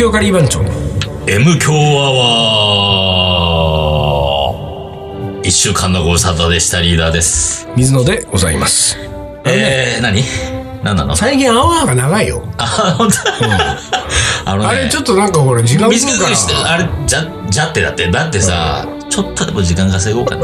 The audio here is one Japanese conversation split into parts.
ヤカリー番長の M 強アワー。一週間のご無沙汰でした。リーダーです。 水野でございます。 何なの？ 最近アワーが長いよ。 本当。 あれちょっとなんかほら時間短くして、あれじゃってだってさ、ちょっとでも時間稼ごうかな。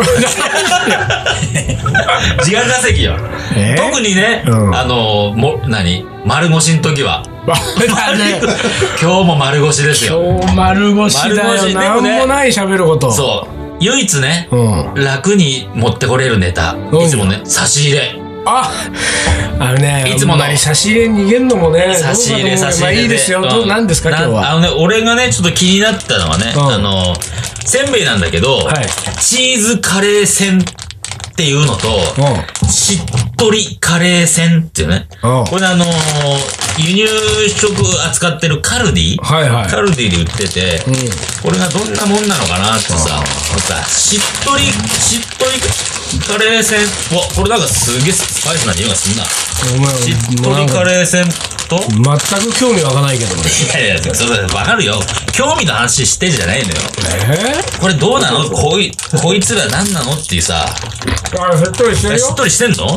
時間稼ぎよ。特にね、丸腰の時は。今日も丸腰ですよ。 今日丸腰だよ。なんもない喋ること。 そう。唯一ね、楽に持ってこれるネタ。いつもね、差し入れ。 いつもの差し入れ逃げるのもね、 差し入れまあいいですよ。何ですか今日は。 俺がね、ちょっと気になったのはね、せんべいなんだけど、チーズカレーせんっていうのと、しっとりカレーせんっていうね。これ輸入食扱ってるカルディカルディで売ってて、これがどんなもんなのかなってさ、しっとりカレーせん。これなんかすげえスパイスな匂いがすんな。しっとりカレーせんと全く興味湧かないけどね。 いや、それわかるよ。興味の話してんじゃないのよ。これどうなの？こいつら何なのっていうさ。 しっとりしてるよ。 しっとりしてんの？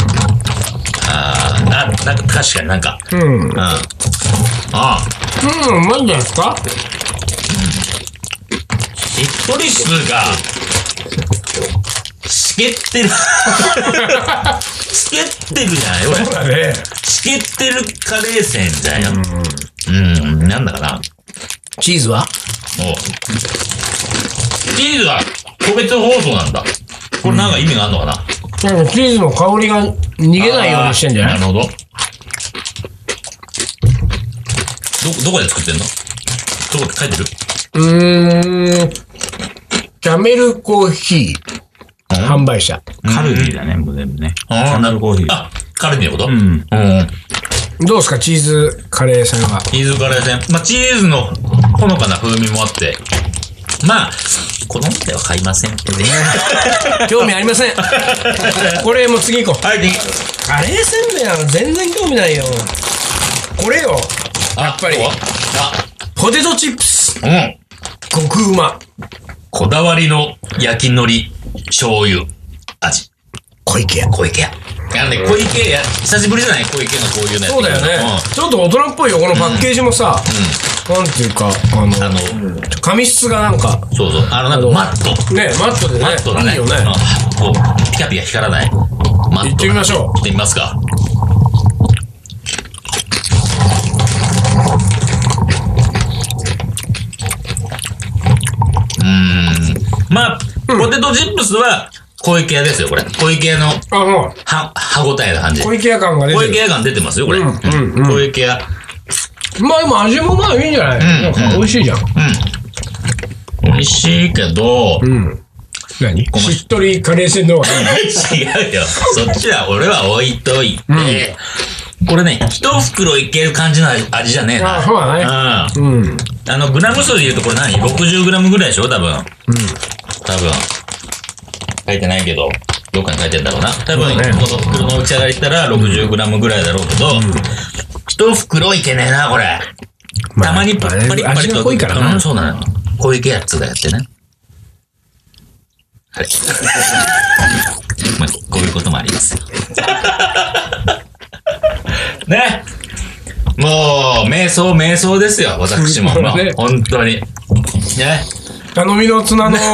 なんか確かになんか。うまいんじゃないですか？ しっとりするか。しけってる。しけってるじゃないこれ。 そうだね。 しけってるカレーせんじゃん。なんだかな。 チーズは？ チーズは個別包装なんだ。これなんか意味があるのかな。 なんかチーズの香りが逃げないようにしてんじゃない？ なるほど。どこで作ってんの？どこって書いてる？ キャメルコーヒー販売者。 カルディだね、もう全部ね。キャメルコーヒー。 カルディのこと？ どうですか、チーズカレーせんは。 チーズカレーせん。チーズのほのかな風味もあって。好んでは買いませんけどね。 興味ありません。これもう次行こう。 はい、 カレーせんべいなの全然興味ないよ。これよ。やっぱり。ポテトチップス。極うま。 こだわりの焼き海苔醤油味。 小池屋。 小池屋、久しぶりじゃない？小池のこういうのやつ。 そうだよね。ちょっと大人っぽいよ。このパッケージもさ、なんていうか、紙質がなんか。 そう。なんかマット。 ね、マットでね。 マットだね。 いいよね。 こう、ピカピカ光らない。マット。 行ってみましょう。 行ってみますか。ポテトチップスは、小池屋ですよ、これ。小池屋の、歯応えな感じ。 小池屋感が出てる。 小池屋感出てますよ、これ。小池屋。 今味もいいんじゃない？美味しいじゃん。 美味しいけど、 何？しっとりカレーせんの方がいい？ 違うよ。そっちは俺は置いといて、これね、一袋いける感じの味じゃねえな。 そうだね。 グラム数で言うとこれ何？ 60 グラムぐらいでしょ多分。書いてないけど、どっかに書いてんだろうな。多分、この袋の打ち上がりしたら60グラムぐらいだろうけど、一袋いけねえな、これ。たまにパリパリと。 味が濃いからな。 そうなの。小池やつがやってね。はい。こういうこともあります。ね。もう、瞑想ですよ、私も。本当に。ね。 頼みの綱の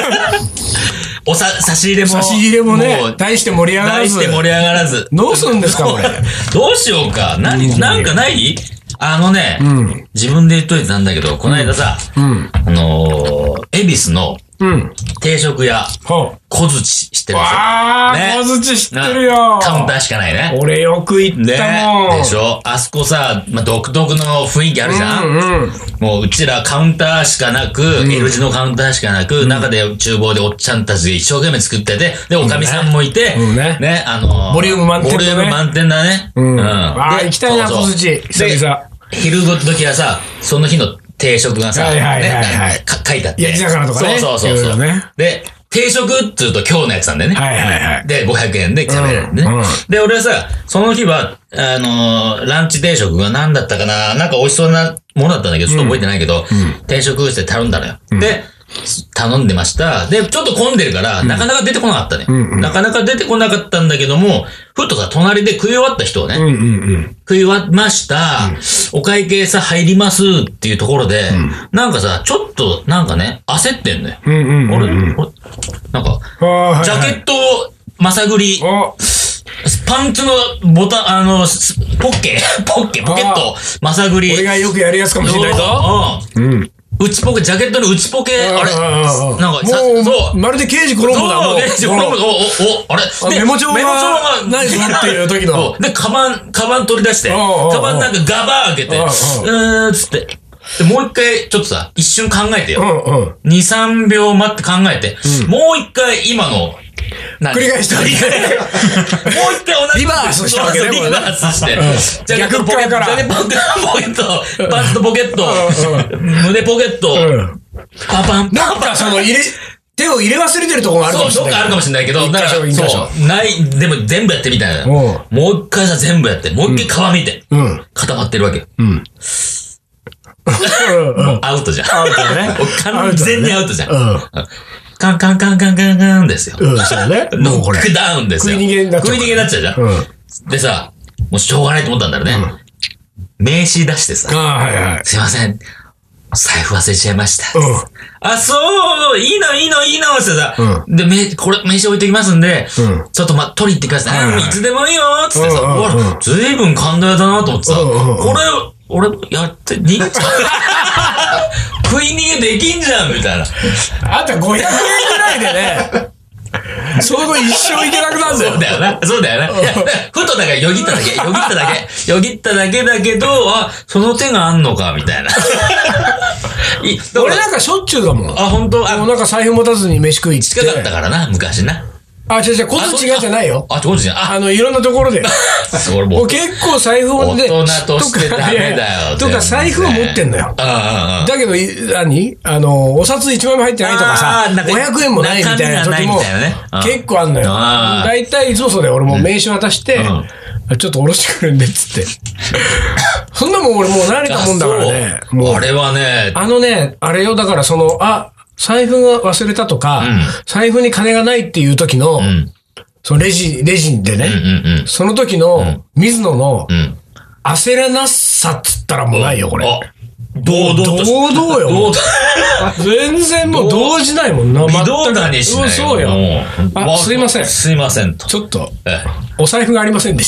差し入れもね、大して盛り上がらず。どうするんですか、これ。 どうしようか。なんかない？自分で言っといてなんだけど、この間さ、恵比寿の定食屋、小槌知ってるでしょ？ 小槌知ってるよ。 カウンターしかないね。 俺よく行ったもん。 でしょ？あそこさ、独特の雰囲気あるじゃん？もううちらカウンターしかなく、L 字のカウンターしかなく、中で厨房でおっちゃんたちが一生懸命作ってて、で、おかみさんもいて、ね、 ボリューム満点だね。 行きたいな、小槌。久々。 昼時はさ、その日の定食がさ、書いてあって。 焼き魚とかね。 そう。で、 定食って言うと今日のやつなんだよね。 はいはいはい。 で、500円で食べれるんでね。で、俺はさ、その日は、ランチ定食が何だったかな、なんか美味しそうなものだったんだけど、ちょっと覚えてないけど、定食して頼んだのよ。で、頼んでました。で、ちょっと混んでるから、なかなか出てこなかったね。なかなか出てこなかったんだけども、ふとさ、隣で食い終わった人をね、食い終わりました、お会計さ、入りますっていうところで、なんかさ、ちょっと、なんかね、焦ってんのよ。俺、なんか、ジャケット、まさぐり、パンツのボタン、ポケット、まさぐり。 俺がよくやるやつかもしれないぞ。 内ポケ、ジャケットの内ポケ、あれなんか、 そう。まるで刑事コロンボだもん。 刑事コロンボ、あれメモ帳がないぞっていう時の。 で、カバン取り出して、カバンなんかガバー開けて、つって。で、もう一回、ちょっとさ、一瞬考えてよ。2、3秒待って考えて、もう一回今の、 繰り返したわけ。もう一回同じ。 リバースしたわけね。 リバースして。 逆側から。 ジャケット、ポケット、パンツのポケット、胸ポケット、パパン、 なんかその手を入れ忘れてるところがあるかもしれない。 そう、どっかあるかもしれないけど、だから、そう、ない、でも全部やってみたいな。もう一回さ、全部やって、もう一回皮見て。固まってるわけ。もうアウトじゃん。 アウトだね。 完全にアウトじゃん。カンカンカンカンカンカンですよ。 そうね。 ノックダウンですよ。 食い逃げになっちゃう。 食い逃げになっちゃうじゃん。でさ、もうしょうがないと思ったんだろうね。名刺出してさ。すいません。財布忘れちゃいました。あ、そう、いいのってさ。で、これ、名刺置いてきますんで、ちょっと取り行ってください。いつでもいいよつってさ、ずいぶん寛大だなと思ってさ、これ、俺、やって、食い逃げできんじゃんみたいな。 あんた500円ぐらいでね、その後一生いけなくなるんだよ。 そうだよね。ふとだからよぎっただけだけど、その手があんのか、みたいな。 俺なんかしょっちゅうだもん。 あ、本当？ なんか財布持たずに飯食いって。 近かったからな、昔な。 違う、コツ違うじゃないよ。 コツ違う。 いろんなところで。もう結構財布をね、 大人としてダメだよ。 とか財布を持ってんのよ。だけど、お札1枚も入ってないとかさ、500円もないみたいな時も結構あんのよ。だいたいそうだよ。俺も名刺渡して、ちょっと下ろしてくるんでっつって。そんなもん俺もう慣れたもんだからね。 あれはね。 あれよ、だから財布が忘れたとか、財布に金がないっていう時の、そのレジでね、その時の、水野の、焦らなさっつったらもうないよ、これ。堂々よ。全然もう動じないもんな。 微動だにしない。 そうよ。すいません。 すいませんと。 ちょっと、お財布がありませんでした。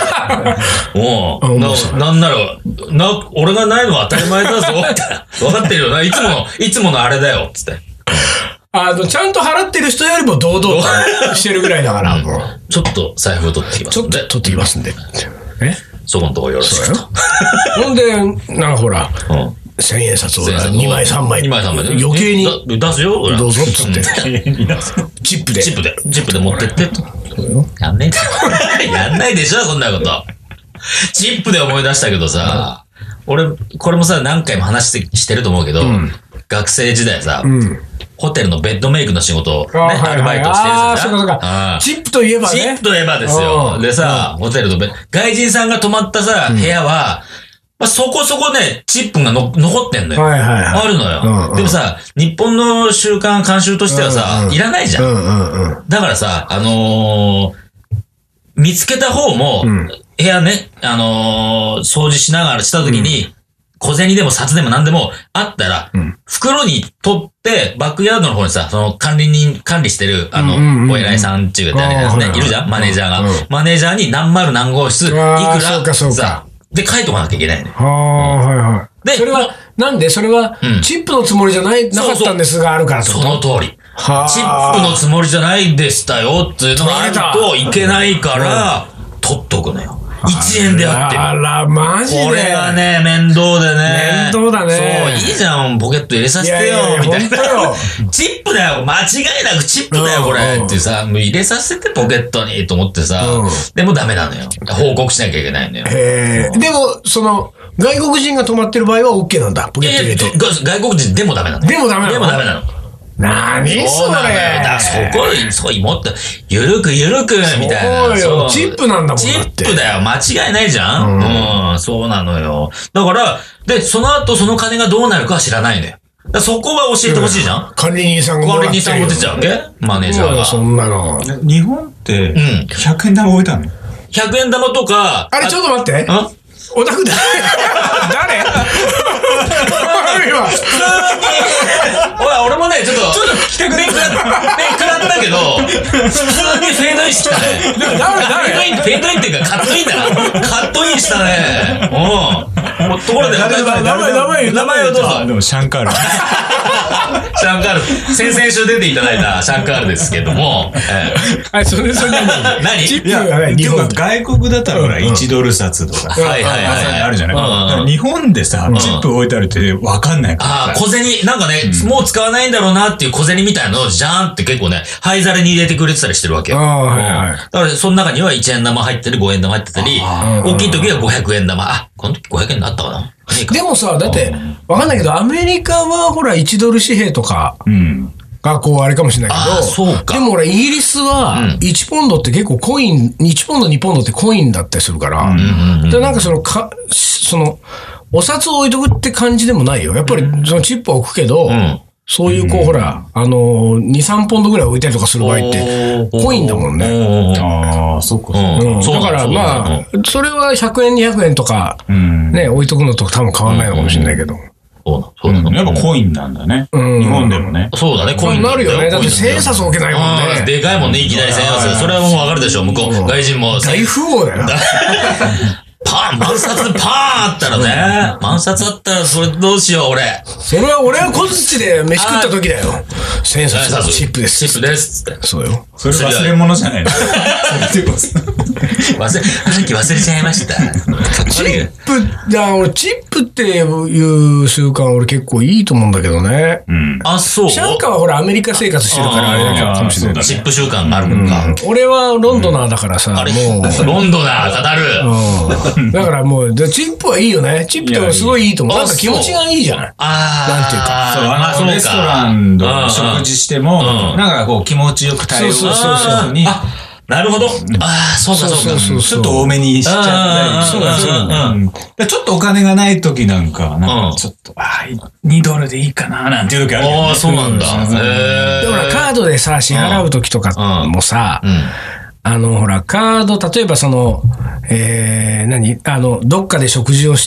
なんなら、俺がないのは当たり前だぞ、みたいな。分かってるよな。いつものあれだよ、つって。 ちゃんと払ってる人よりも堂々としてるぐらいだから、 ちょっと財布を取ってきますんで。 ちょっと取ってきますんで。 そこのとこよろしくと。 ほんで、なんかほら、1000円札を2枚3枚。余計に。 出すよ。 どうぞっつって。チップで持ってってと。 やんないでしょ、そんなこと。チップで思い出したけどさ、俺、これもさ、何回も話してると思うけど、学生時代さ、ホテルのベッドメイクの仕事をね、アルバイトしてるじゃん。 そうか。チップといえばね。 チップといえばですよ。でさ、ホテルの外人さんが泊まったさ、部屋は、そこそこね、チップが残ってんのよ。あるのよ。でもさ、日本の習慣、慣習としてはさ、いらないじゃん。だからさ、見つけた方も、部屋ね、掃除した時に、小銭でも札でも何でもあったら、袋に取って、バックヤードの方にさ、その管理してる、お偉いさんっていうかね、いるじゃんマネージャーが。マネージャーに何丸何号室、いくら、さ、で書いとかなきゃいけないのよ。 で、それは、なんでそれは、チップのつもりじゃなかったんですがあるからってこと？ その通り。チップのつもりじゃないでしたよっていうのがあるといけないから、取っとくのよ。1円であってる。 あら、マジで。 これがね、面倒でね。 面倒だね。 そう、いいじゃん、ポケット入れさせてよ、みたいな。チップだよ、間違いなくチップだよ、これ。ってさ、入れさせてポケットに、と思ってさ。でもダメなのよ。報告しなきゃいけないのよ。 でも、外国人が泊まってる場合は OK なんだ、ポケット入れて。 外国人でもダメなの。 でもダメなの。 でもダメなの。 なにそれ。 そこ、もっと、ゆるく、みたいな。 そうよ。チップなんだもん。 チップだよ。間違いないじゃん。そうなのよ。だから、で、その後その金がどうなるかは知らないのよ。そこは教えてほしいじゃん。 管理人さんがもらってる。 管理人さん持ってちゃうわけマネージャーが。 そんなの。 日本って、100円玉置いたの ?100 円玉とか。 あれ、ちょっと待って。オタクだ。誰普通に、俺もね、ちょっと、面食らったけど、普通にフェードインしたね。フェードインっていうか、カットインだな。カットインしたね。ところで、名前をどうぞ。 でも、シャンカール。 シャンカール。先々週出ていただいたシャンカールですけども。 はい、それ何チップがね、日本。 外国だったらほら、1ドル札とか。 はい。 あるじゃない。日本でさ、チップ置いてあるってわかんないから。 ああ、小銭、なんかね、もう使わないんだろうなっていう小銭みたいなのをジャーンって結構ね、灰皿に入れてくれてたりしてるわけよ。だから、その中には1円玉入ってる、5円玉入ってたり、大きい時は500円玉。あ、この時500円だったかな。 でもさ、だって、わかんないけど、アメリカはほら、1ドル紙幣とか、がこうあれかもしれないけど、 そうか。 でもほら、イギリスは、1ポンドって結構コイン、1ポンド、2ポンドってコインだったりするから、で、なんかその、お札を置いとくって感じでもないよ。やっぱり、そのチップを置くけど、そういうこう、ほら、2、3ポンドぐらい置いたりとかする場合って、コインだもんね。 ああ、そっか。 だからまあ、それは100円、200円とか、ね、置いとくのと多分変わんないのかもしれないけど。 そうなの。 やっぱコインなんだね。日本でもね。 そうだね、コインなるよね。だって1000円札置けないもんね。 でかいもんね、いきなり1000円札。それはもうわかるでしょ、向こう。外人も。 大富豪だよ。 万札パーンあったらね。万札あったら、それどうしよう、俺。 それは俺は小槌で飯食った時だよ。1000円札チップです。 チップです。 そうよ。 それ忘れ物じゃないのさっき忘れちゃいました。 チップ、俺チップっていう習慣俺結構いいと思うんだけどね。 あ、そう。 シャンカはほらアメリカ生活してるからあれだかもしれない。 チップ習慣があるのか。 俺はロンドナーだからさ、もう。 ロンドナー、語る。 だからもう、チップはいいよね。チップってすごいいいと思う。なんか気持ちがいいじゃない。なんていうか。そう、レストランで食事しても、なんかこう気持ちよく対応するのに。 なるほど。ああ、そうか。 ちょっと多めにしちゃったり。そうだ。ちょっとお金がない時なんか、ちょっと、2ドルでいいかな、なんていう時あるよね。 ああ、そうなんだ。 でもカードでさ、支払う時とかもさ、ほら、カード、例えばどっかで食事をして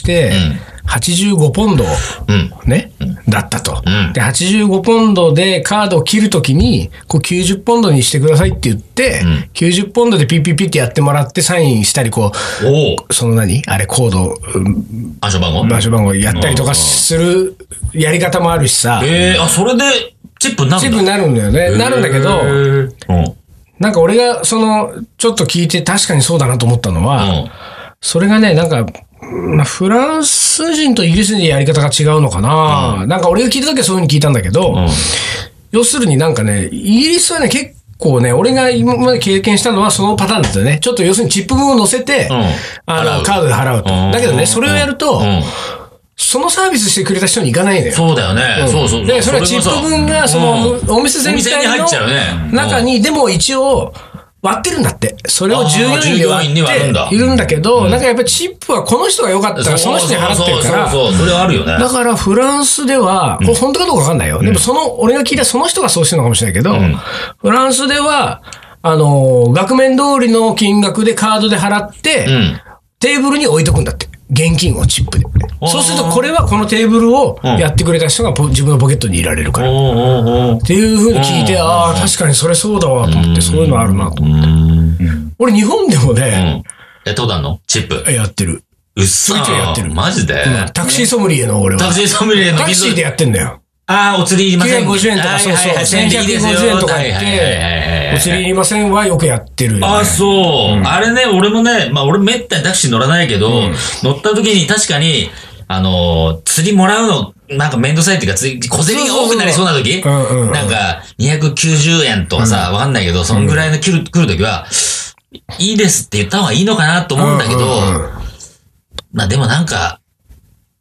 、85ポンド、ね、だったと。で、85ポンドでカードを切るときに、こう90ポンドにしてくださいって言って、90ポンドでピッピッピッってやってもらってサインしたり、こう、あれコード、場所番号やったりとかするやり方もあるしさ。 それでチップになるんだ。 チップになるんだよね。なるんだけど、なんか俺がちょっと聞いて確かにそうだなと思ったのは、それがね、なんか、フランス人とイギリス人のやり方が違うのかな、なんか俺が聞いた時はそういう風に聞いたんだけど、要するになんかね、イギリスはね、結構ね、俺が今まで経験したのはそのパターンだったよね。ちょっと要するにチップ分を乗せて、カードで払うと。だけどね、それをやると、そのサービスしてくれた人に行かないのよ。 そうだよね。そう。 で、それはチップ分が、お店全体の中に、でも一応、割ってるんだって。それを従業員に割っているんだけど、なんかやっぱりチップはこの人が良かったらその人に払ってるから。 そう、それはあるよね。 だからフランスでは、これ本当かどうかわかんないよ。でも俺が聞いたその人がそうしてるのかもしれないけど、フランスでは、額面通りの金額でカードで払って、テーブルに置いとくんだって。現金をチップで。そうするとこれはこのテーブルをやってくれた人が自分のポケットに入れられるから。っていう風に聞いて、確かにそれそうだわと思って、そういうのあるなと思って。俺日本でもね、 やったことあるの？チップ。 やってる。 うっそー。 やってる。 マジで？ タクシーソムリエの俺は。 タクシーソムリエのタクシーでやってんだよ。 お釣りいりません。 950円とか、そうそう。1150円とか言って、お釣りいりませんはよくやってる。 そう。あれね、俺もね、俺めったにタクシー乗らないけど、乗った時に確かに、釣りもらうの、なんかめんどくさいっていうか、小銭が多くなりそうな時なんか、290円とかさ、わかんないけど、そのぐらいの来る時は、いいですって言った方がいいのかなと思うんだけど、でもなんか、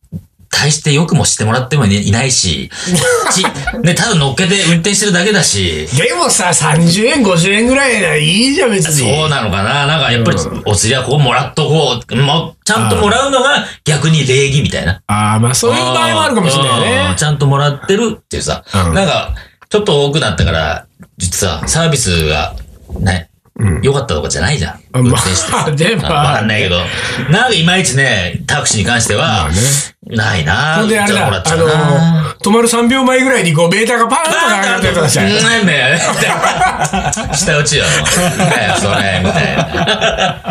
大してよくもしてもらってもいないし、ね、ただ乗っけて運転してるだけだし。 でもさ、30円、50円ぐらいならいいじゃん、別に。 そうなのかな。なんかやっぱり、お釣りはこうもらっとこう。ちゃんともらうのが逆に礼儀みたいな。 ああ、まあそういう場合もあるかもしれないね。 ちゃんともらってるっていうさ。なんか、ちょっと多くなったから、実はサービスが、ね、良かったとかじゃないじゃん。運転して。 でも。 わかんないけど。なんかいまいちね、タクシーに関しては、ないなぁ。 ほんであれだ、止まる3秒前ぐらいにこう、メーターがパーンと上がってるとかしちゃう。 なんだよね。下打ちよ。だよ、それ、みたいな。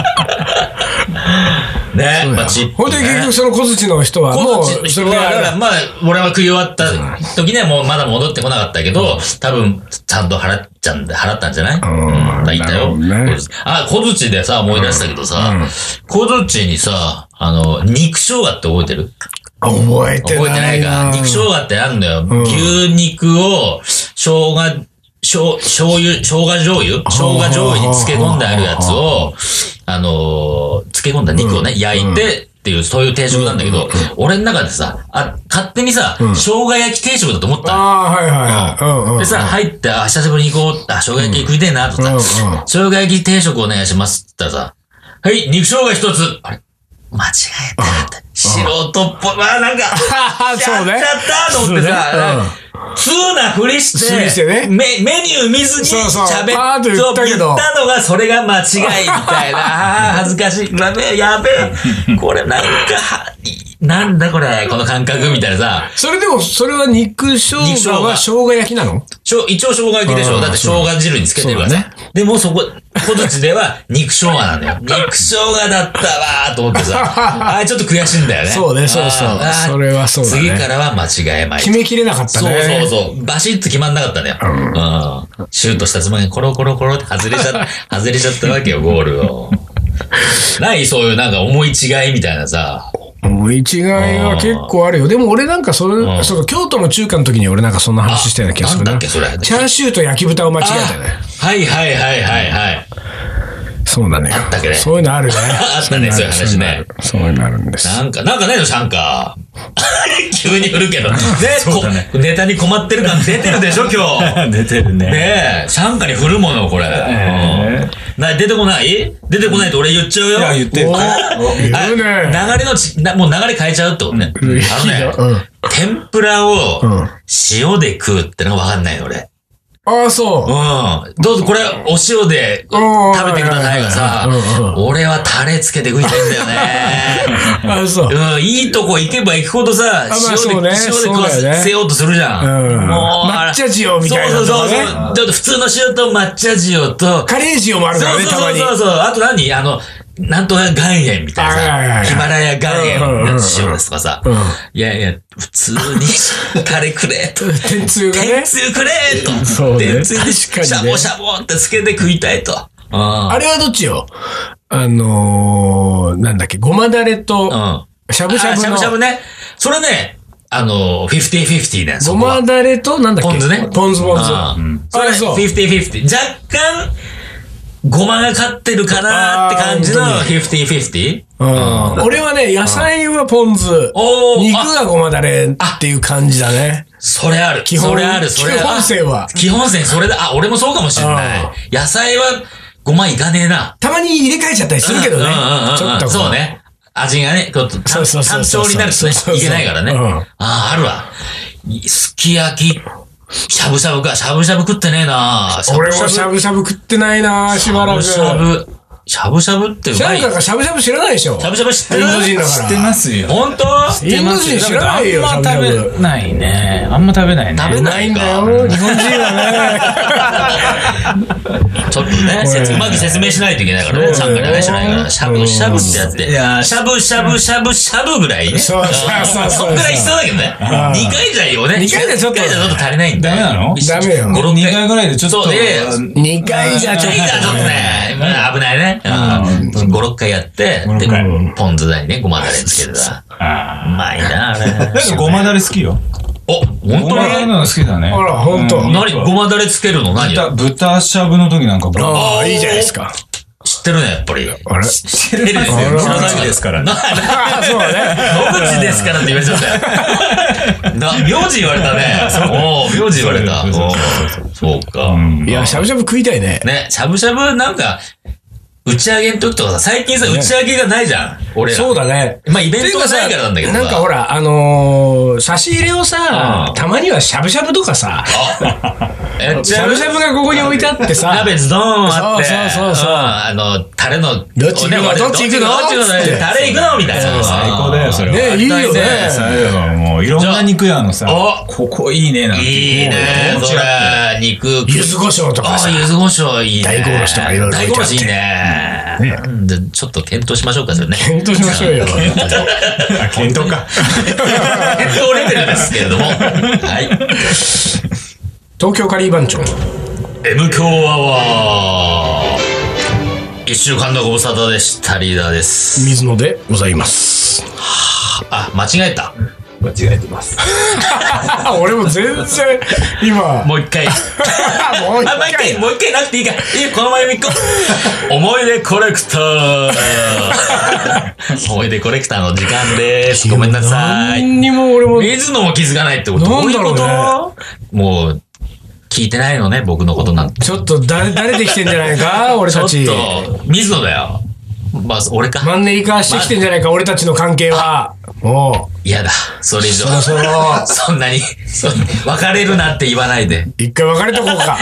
ね、まあ、チップ。 ほんで結局その小槌の人はもう、 それは、だからまあ、俺は食い終わった時にはもうまだ戻ってこなかったけど、多分、ちゃんと払ったんじゃない言ったよ。あ、小槌でさ、思い出したけどさ、小槌にさ、肉生姜って覚えてる？ 覚えてないか。 肉生姜ってあるんだよ。牛肉を、生姜醤油に漬け込んであるやつを、漬け込んだ肉をね、焼いて、っていう、そういう定食なんだけど、俺の中でさ、勝手にさ、生姜焼き定食だと思ったの。 はいはい。 でさ、入って、久しぶりに行こう、生姜焼き食いてえな、とさ、生姜焼き定食お願いしますって言ったらさ、はい、肉生姜一つ。あれ間違えたって。素人っぽい。なんか、やっちゃったと思ってさ、通なふりして、メニュー見ずに喋ったのが、それが間違いみたいな。恥ずかしい。やべえ。これなんか、なんだこれ、この感覚みたいなさ。 それでも、それは肉生姜は生姜焼きなの？ 一応生姜焼きでしょ。だって生姜汁につけてるからね。でもそこ、小槌では肉生姜なんだよ。肉生姜だったわーと思ってさ。ちょっと悔しいんだよね。 そうね、そう。それはそうだね。 次からは間違えまい。 決めきれなかったね。 そう。バシッと決まんなかったね。シュートしたつもりにコロコロコロって外れちゃったわけよ、ゴールを。ないそういうなんか思い違いみたいなさ。 思い違いは結構あるよ。でも俺なんか京都の中華の時に俺なんかそんな話したような気がするな。 なんだっけ、それ。 チャーシューと焼き豚を間違えたよね。 はい。 そうだね。 あったっけね。 そういうのあるね。 あったね、そういう話ね。 そういうのあるんです。 なんかないの、シャンカー。急に振るけど。ネタに困ってる感出てるでしょ、今日。 出てるね。 ねえ、シャンカーに振るもの、これ。出てこないと俺言っちゃうよ。 いや、言ってる。 もう流れ変えちゃうってことね。天ぷらを塩で食うってのがわかんないの、俺。 ああ、そう。 どうぞこれ、お塩で食べてくださいがさ、俺はタレつけて食いたいんだよね。 ああ、そう。 いいとこ行けば行くほどさ、塩で食わせようとするじゃん。 もう、抹茶塩みたいな。 そう。ちょっと普通の塩と抹茶塩と、 カレー塩もあるからね、たまに。 そう。あと何なんとか岩塩みたいなさ、ヒマラヤ岩塩の塩ですとかさ、いや、普通にカレーくれと。 天つゆがね。 天つゆくれと。 そうね。 天つゆでシャボシャボってつけて食いたいと。 あれはどっちよ？なんだっけ、ごまだれと、しゃぶしゃぶの。 しゃぶしゃぶね。それね、50-50ね。 ごまだれと、なんだっけ？ ポン酢ね。 ポン酢。 それ、50-50。若干、ごまが勝ってるかなって感じの 50-50？ 俺はね、野菜はポン酢。肉がごまだれっていう感じだね。 それある。基本線は。 基本線、それだ。俺もそうかもしれない。野菜はごまいかねえな。 たまに入れ替えちゃったりするけどね。ちょっと。 そうね。味がね、単調になるとね、いけないからね。あるわ。すき焼き。しゃぶしゃぶか。しゃぶしゃぶ食ってねえな。 俺もしゃぶしゃぶ食ってないな、しばらく。しゃぶしゃぶってうまい。 シャンカーがしゃぶしゃぶ知らないでしょ。 しゃぶしゃぶ知ってる？ インド人だから。 知ってますよ。 本当？ インド人知らないよ、しゃぶしゃぶ。 食べないね。あんま食べないね。 食べないんだよ。日本人はね。ちょっとね、うまく説明しないといけないからね。シャンカー長いしないから。しゃぶしゃぶってやって。しゃぶしゃぶしゃぶしゃぶぐらいね。 そう。 そんぐらい必要だけどね。2回じゃいいよね。 2回じゃちょっと足りないんだ。 ダメなの？ ダメよ。 2回ぐらいでちょっと。 2回じゃちょっとね。危ないね。5、6回やって、で、ポン酢だにね、ごまだれつけてさ。うまいな、あれ。 ごまだれ好きよ。 お、本当に？ ごまだれの好きだね。 あら、本当。 何ごまだれつけるの何？ 豚しゃぶの時なんか。 ああ、いいじゃないですか。 知っ知ってるね、やっぱり。 あれ知ってるですよ。野口ですからね。 そうだね。 野口ですからって言われちゃったよ。名字言われたね。名字言われた。そうか。 いや、しゃぶしゃぶ食いたいね。 ね、しゃぶしゃぶなんか、打ち上げの時とかさ、最近さ、打ち上げがないじゃん。俺ら。 そうだね。 まあ、イベントがないからなんだけどさ。 なんかほら、差し入れをさ、たまにはしゃぶしゃぶとかさ、しゃぶしゃぶがここに置いてあってさ、 鍋ズドーンあって、 そう。 タレの、 どっち行くのタレ行くのみたいな。 最高だよ、それは。 ね、いいよね。 もういろんな肉屋のさ、ここいいね、なんて。 いいね、それ、肉。 柚子胡椒とかさ。 柚子胡椒いいね。 大根おろしとかいろいろ。 大根おろしいいね。ちょっと検討しましょうか、それね。 検討しましょうよ。 検討か。 検討レベルですけれども。はい。 東京カリー番長。 M 強アワー。一週間のご無沙汰でした。リーダーです。 水野でございます。 あ、間違えた。 間違えてます。 俺も全然、今。 もう一回。もう一回なくていいから。いい、この前も一個。思い出コレクター。思い出コレクターの時間です。ごめんなさい。 何にも俺も。 水野も気づかないってことどういうこと？もう、聞いてないのね、僕のことなんて。 ちょっと誰できてんじゃないか俺たち。 ちょっと、水野だよ。まあ、俺か。 マンネリ化してきてんじゃないか、俺たちの関係は。もう。 嫌だ。それ以上。そんなに、別れるなって言わないで。 一回別れとこうか。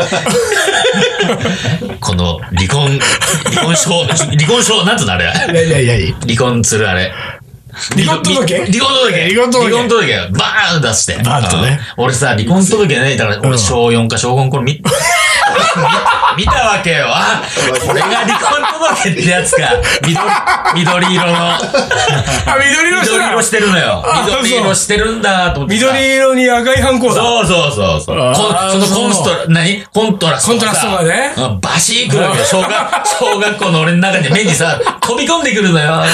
この、離婚証、なんつうのあれ。離婚するあれ。 離婚届バーン出して。 バーンとね。 俺さ、離婚届ね、だから俺小4か小5の頃見たわけよ。あ、これが離婚届ってやつか。緑色の。 あ、緑色してるのよ。緑色してるんだと思って。 緑色に赤いハンコだ。 そう。そのコントラストがね。 バシーくるわけよ。小学校の俺の中に目にさ、飛び込んでくるのよ。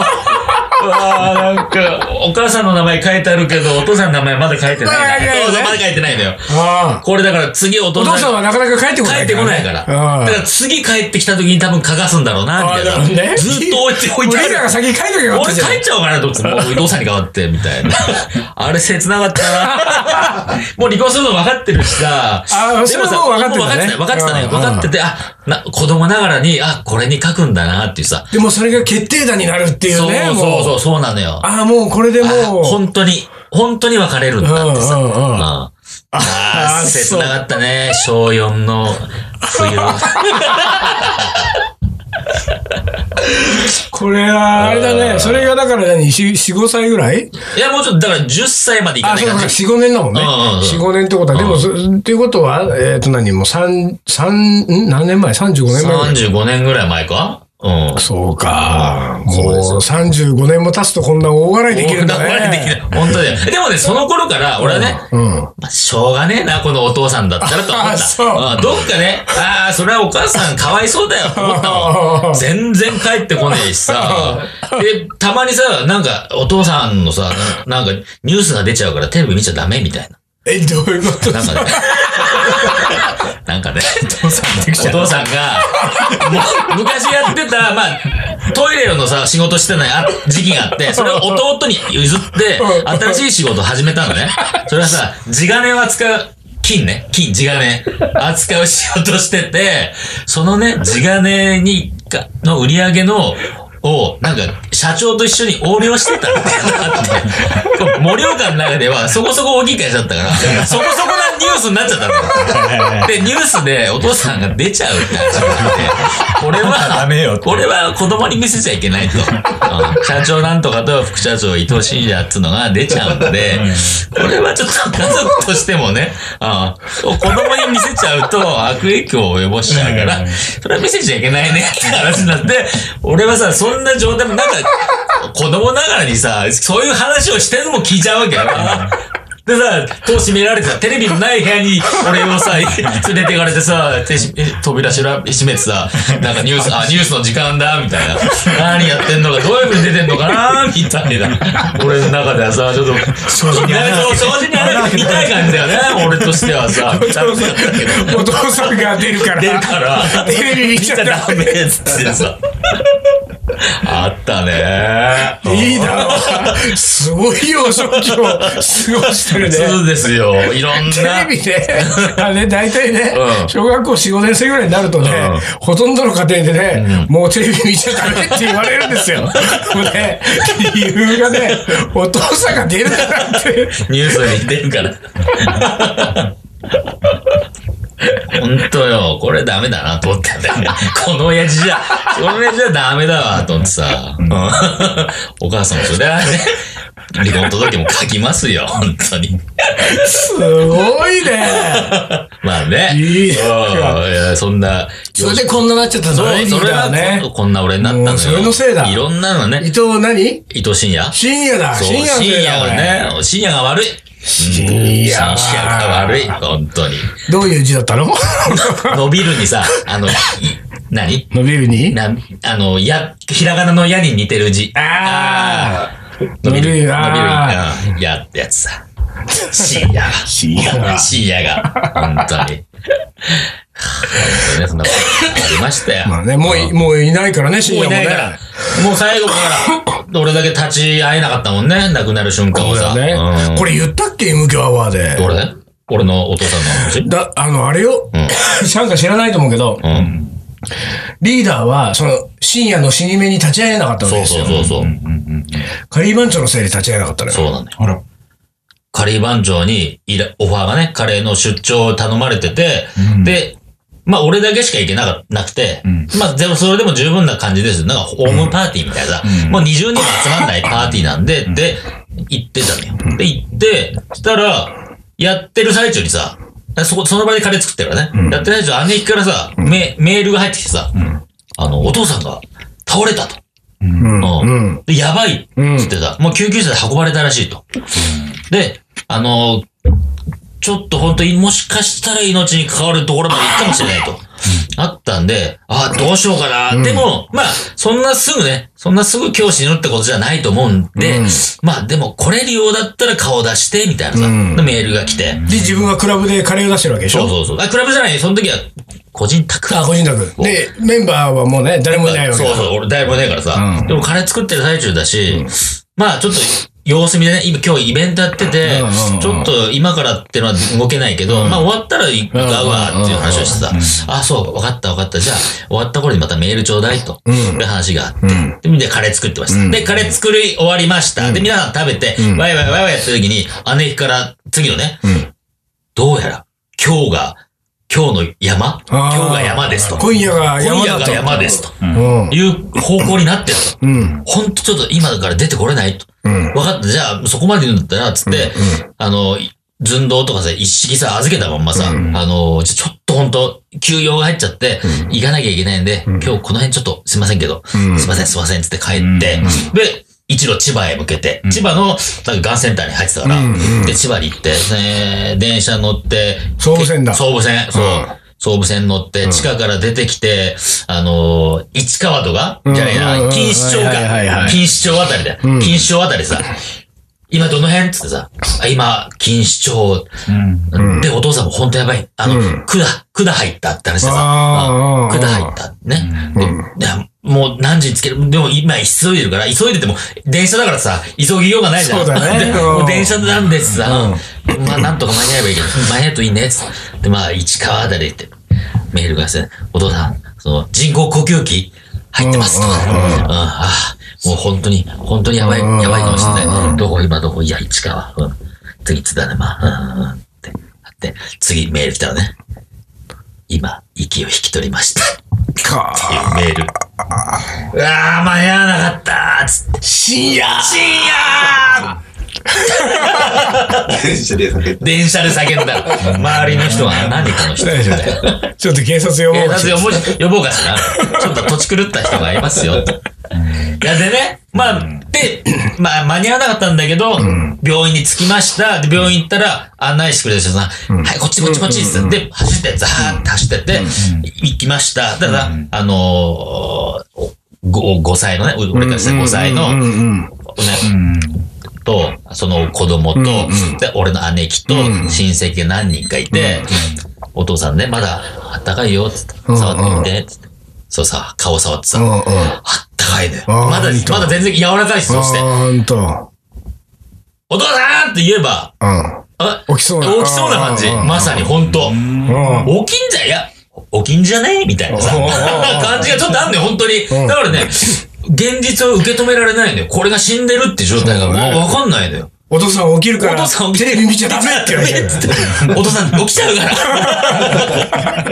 なんか、お母さんの名前書いてあるけど、お父さんの名前まだ書いてない。まだ書いてないのよ。これだから次お父さんはなかなか帰ってこないから。だから次帰ってきた時に多分書かすんだろうな、みたいな。ずっと置いてある。 俺らが先に書いとけば俺書いちゃおうかなと思って、もうお父さんに変わって、みたいな。あれ切なかったな。もう離婚するの分かってるしさ。 でもさ、分かってたね。 分かってて、子供ながらに、これに書くんだなっていうさ。 でもそれが決定打になるっていうね。 そうなのよ。 もうこれでもう。 本当に別れるんだってさ。切なかったね。小4の冬。 これは、あれだね。それがだから4、5歳ぐらい？ いや、もうちょっと、だから10歳までいかない感じ。 4、5年だもんね。4、5年ってことは、でも、っていうことは、もう何年前 ?35 年前。 35年ぐらい前か？ そうか。もう35年も経つとこんな大笑いできるんだね。大笑いできる。 本当だよ。でもね、その頃から、俺はね、しょうがねえな、このお父さんだったらと思った。どっかね、それはお母さんかわいそうだよと思ったの。全然帰ってこねえしさ。で、たまにさ、なんか、お父さんのさ、なんか、ニュースが出ちゃうからテレビ見ちゃダメみたいな。 どういうこと？ なんかね、お父さんが、昔やってた、トイレのさ、仕事してない時期があって、それを弟に譲って、新しい仕事を始めたのね。それはさ、地金を扱う、地金、扱う仕事してて、そのね、地金の売り上げの、なんか、社長と一緒に横領してたっていうのがあって、盛岡の中ではそこそこ大きい会社だったから、そこそこなニュースになっちゃったの。で、ニュースでお父さんが出ちゃうって話があって、これは子供に見せちゃいけないと。社長なんとかと副社長伊藤真也っていうのが出ちゃうので、これはちょっと家族としてもね、子供に見せちゃうと悪影響を及ぼしちゃうから、それは見せちゃいけないねって話になって、俺はさ、そんな状態もなんか、子供ながらにさ、そういう話をしてるのも聞いちゃうわけよ。 でさ、戸閉められてさ、テレビのない部屋に俺をさ、連れてかれてさ、扉閉めてさ、なんかニュースの時間だ、みたいな。何やってんのか、どういう風に出てんのかな、みたいな。俺の中ではさ、ちょっと、正直に見たい感じだよね、俺としてはさ。 お父さんが出るから。テレビ見ちゃダメっつってさ。あったね。 いいな。すごい幼少期を過ごしてるね。 そうですよ。いろんな。 テレビで、大体ね、小学校4、5年生ぐらいになるとね、ほとんどの家庭でね、もうテレビ見ちゃダメって言われるんですよ。ね、理由がね、お父さんが出るからって。 ニュースに出るから。ほんとよ、これダメだなと思ったんだよね。この親父じゃダメだわ、と思ってさ。お母さんもそれはね、離婚届も書きますよ、本当に。 すごいね。 まあね。 いいそんな。 それでこんななっちゃったんだね。 それがこんな俺になったのよ。 それのせいだ。 いろんなのね。 伊藤何？ 伊藤深夜。 深夜だ。 深夜がね。深夜が悪い。深夜が悪い。本当に。 どういう字だったの？ 伸びるにさ、何？ 伸びるに？ ひらがなのやに似てる字。伸びる。やってやつさ。深夜が。本当に。そんなことありましたよ。 まあね、もういないからね、深夜もね。 もう最後から俺だけ立ち会えなかったもんね、亡くなる瞬間をさ。 これ言ったっけ、M響アワーで。 どれ？俺のお父さんの話？あれよ。なんか知らないと思うけど、リーダーは、深夜の死に目に立ち会えなかったわけですよ。 そう。 カリー番長のせいで立ち会えなかったのよ。 そうなんだよ。カリー番長にオファーがね、カレーの出張を頼まれてて、で、まあ俺だけしか行けなくて、まあでもそれでも十分な感じですよ。なんかホームパーティーみたいな、もう20人も集まんないパーティーなんで、で、行ってたのよ。で、行って、そしたら、やってる最中にさ、その場でカレー作ってるからね。やってる最中、姉貴からさ、メールが入ってきてさ、お父さんが倒れたと。で、やばいって言ってさ、もう救急車で運ばれたらしいと。で、ちょっと本当にもしかしたら命に関わるところまで行くかもしれないと。あったんで、どうしようかな。でも、まあ、そんなすぐ今日死ぬってことじゃないと思うんで、まあでもこれ利用だったら顔出して、みたいなさ、メールが来て。 で、自分はクラブでカレーを出してるわけでしょ？ そう。クラブじゃない、その時は個人宅。 個人宅。で、メンバーはもうね、誰もいないわけだ。 そう、俺誰もいないからさ。でもカレー作ってる最中だし、まあちょっと、様子見でね、今日イベントやってて、ちょっと今からっていうのは動けないけど、まあ終わったら行くわっていう話をしてさ、そう、わかった。じゃあ終わった頃にまたメールちょうだいと、いう話があって、で、カレー作ってました。で、カレー作り終わりました。で、皆さん食べて、ワイワイやった時に、姉貴から次のね、どうやら今日が山ですと。 今夜が山ですと。いう方向になってると。ほんとちょっと今から出てこれないと。分かった。じゃあ、そこまで言うんだったら、つって、寸胴とかさ、一式さ、預けたまんまさ、ちょっとほんと、休養が入っちゃって、行かなきゃいけないんで、今日この辺ちょっとすいませんけど、すいません、つって帰って、で、一路千葉へ向けて、千葉のガンセンターに入ってたから、で、千葉に行って、電車乗って、 総武線だ。 総武線乗って、地下から出てきて、市川とかじゃないな、錦糸町か。錦糸町あたりだよ。錦糸町あたりさ、今どの辺つってさ、今、錦糸町。で、お父さんもほんとやばい。管入ったって話でさ、管入ったね。で、もう何時につける。でも今急いでるから、急いでても、電車だからさ、急ぎようがないじゃん。 そうだね。 もう電車なんですさ、まあなんとか間に合えばいいけど、間に合うといいね、つって。で、まあ、市川あたり行って、メールがですね、お父さん、人工呼吸器入ってますとか。もう本当にやばいかもしれない。どこ、いや、市川。次、津田沼。ってあって、次、メール来たらね。今、息を引き取りました。っていうメール。間に合わなかったつって。 深夜電車で叫んだ。周りの人は何この人みたいな。 ちょっと警察呼ぼうかしら。 呼ぼうかしら。ちょっと土地狂った人がいますよ。 や、でね、まあ、間に合わなかったんだけど、病院に着きました。で、病院行ったら、案内してくれた人さ、はい、こっちで、走って、ザーって走ってって、行きました。だから、5歳のね、俺からしたら5歳の、と、その子供と、で、俺の姉貴と親戚が何人かいて、お父さんね、まだあったかいよ、つって、触ってみて、つって。そうさ、顔触ってさ、あったかいね。まだ全然柔らかいし、そして。お父さんって言えば、 起きそうな感じ。まさに、ほんと。起きんじゃねみたいなさ、感じがちょっとあんねん、ほんとに。だからね、現実を受け止められないんだよ。これが死んでるって状態がもうわかんないんだよ。 お父さん起きるから、テレビ見ちゃダメって言われて。 お父さん起きちゃうから。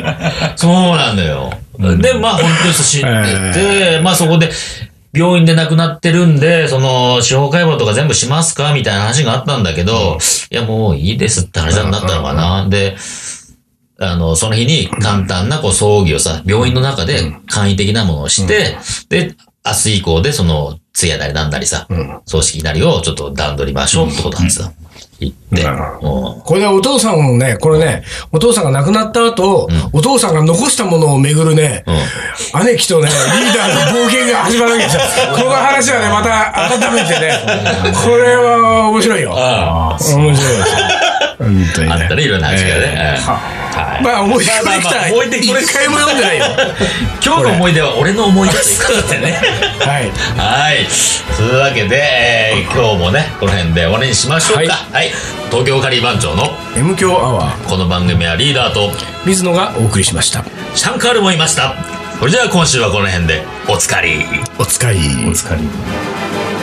そうなんだよ。で、まあ本当に死んでて、まあそこで、病院で亡くなってるんで、その、司法解剖とか全部しますかみたいな話があったんだけど、いやもういいですって話になったのかな。で、その日に簡単な葬儀をさ、病院の中で簡易的なものをして、で、明日以降でその、通夜なりなんなりさ、葬式なりをちょっと段取りましょうってことなんですよ。言って。 これでお父さんもね、お父さんが亡くなった後、お父さんが残したものをめぐるね、姉貴とね、リーダーの冒険が始まるわけですよ。この話はね、また改めてね、これは面白いよ。面白いです。本当にね。 あったね、いろんな話がね。 まあ、思い出できたら、一回も読んでないよ。 今日の思い出は俺の思い出ということでね。 はい。 はい。というわけで、今日もね、この辺で終わりにしましょうか。はい。東京カリー番長の M 強アワー。 この番組はリーダーと水野がお送りしました。 シャンカールもいました。それじゃあ今週はこの辺で、おつかり。 おつかり。 おつかり。